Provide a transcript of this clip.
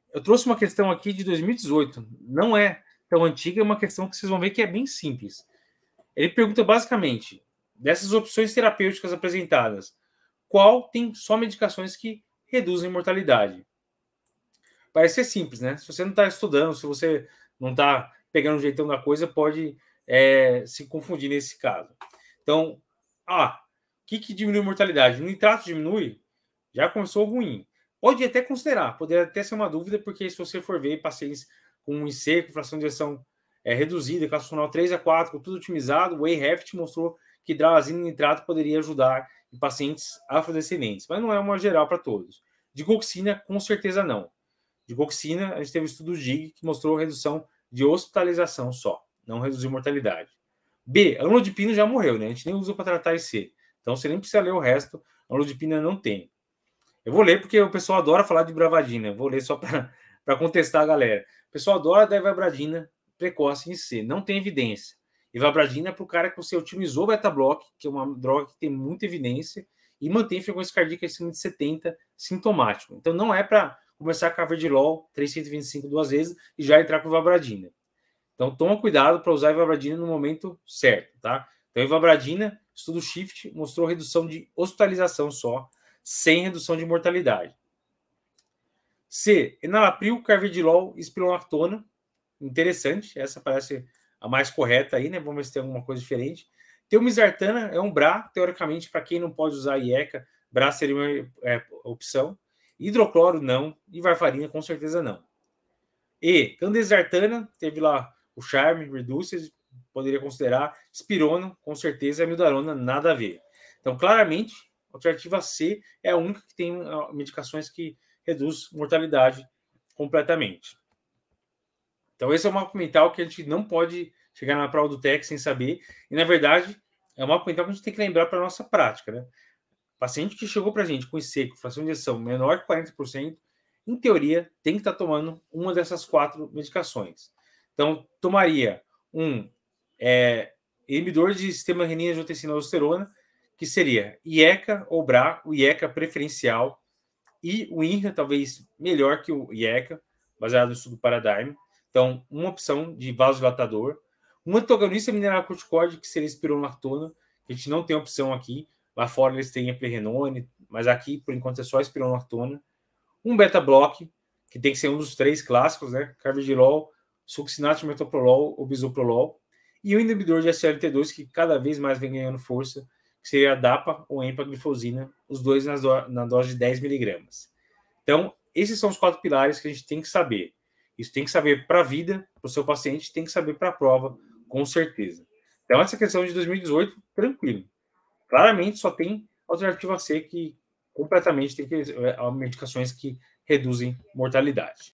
eu trouxe uma questão aqui de 2018. Não é tão antiga, é uma questão que vocês vão ver que é bem simples. Ele pergunta basicamente, dessas opções terapêuticas apresentadas, qual tem só medicações que reduzem mortalidade? Parece ser simples, né? Se você não está estudando, se você não está pegando o jeitão da coisa, pode se confundir nesse caso. Então, o que diminui a mortalidade? O nitrato diminui? Já começou ruim. Pode até considerar, poderia até ser uma dúvida, porque se você for ver pacientes com um IC, com fração de ejeção reduzida, classe funcional 3 a 4, com tudo otimizado, o Whey-Heft mostrou que hidrazina e nitrato poderia ajudar em pacientes afrodescendentes, mas não é uma geral para todos. Digoxina, com certeza não. Digoxina, a gente teve um estudo DIG que mostrou redução de hospitalização só, não reduziu mortalidade. B, amlodipina já morreu, né? A gente nem usa para tratar IC. Então você nem precisa ler o resto, amlodipina não tem. Eu vou ler porque o pessoal adora falar de bravadina. Eu vou ler só para contestar a galera. O pessoal adora da ivabradina precoce em C. Não tem evidência. Ivabradina é para o cara que você otimizou o beta-block, que é uma droga que tem muita evidência, e mantém frequência cardíaca acima de 70 sintomático. Então não é para começar com a Verdilol 325 duas vezes e já entrar com ivabradina. Então toma cuidado para usar a ivabradina no momento certo, tá? Então ivabradina, estudo SHIFT, mostrou redução de hospitalização só, sem redução de mortalidade. C, enalapril, carvedilol, espirulactona. Interessante, essa parece a mais correta aí, né? Vamos ver se tem alguma coisa diferente. Teumizartana é um BRA, teoricamente, para quem não pode usar IECA, BRA seria uma opção. Hidrocloro, não. E varfarina, com certeza, não. E, candesartana, teve lá o Charme, Reduces, poderia considerar. Spirona, com certeza. E amiodarona, nada a ver. Então, claramente, a alternativa C é a única que tem medicações que reduz mortalidade completamente. Então, esse é o mapa mental que a gente não pode chegar na prova do TEC sem saber. E, na verdade, é um mapa mental que a gente tem que lembrar para a nossa prática, né? Paciente que chegou para a gente com IC, com fração de injeção menor que 40%, em teoria, tem que estar tomando uma dessas 4 medicações. Então, tomaria um inibidor de sistema renina-angiotensina-aldosterona, que seria IECA ou BRA, o IECA preferencial, e o INRA talvez melhor que o IECA, baseado no estudo Paradigm. Então, uma opção de vasodilatador. Um antagonista mineralocorticoide, que seria espironolactona, que a gente não tem opção aqui. Lá fora eles têm eplerenone, mas aqui, por enquanto, é só espironolactona. Um beta-block, que tem que ser um dos 3 clássicos, né? Carvedilol, succinato de metoprolol ou bisoprolol. E um inibidor de SLT2, que cada vez mais vem ganhando força, que seria a DAPA ou empaglifosina, os dois na dose de 10 miligramas. Então, esses são os 4 pilares que a gente tem que saber. Isso tem que saber para a vida, para o seu paciente, tem que saber para a prova, com certeza. Então, essa questão de 2018, tranquilo. Claramente, só tem alternativa C que completamente tem que medicações que reduzem mortalidade.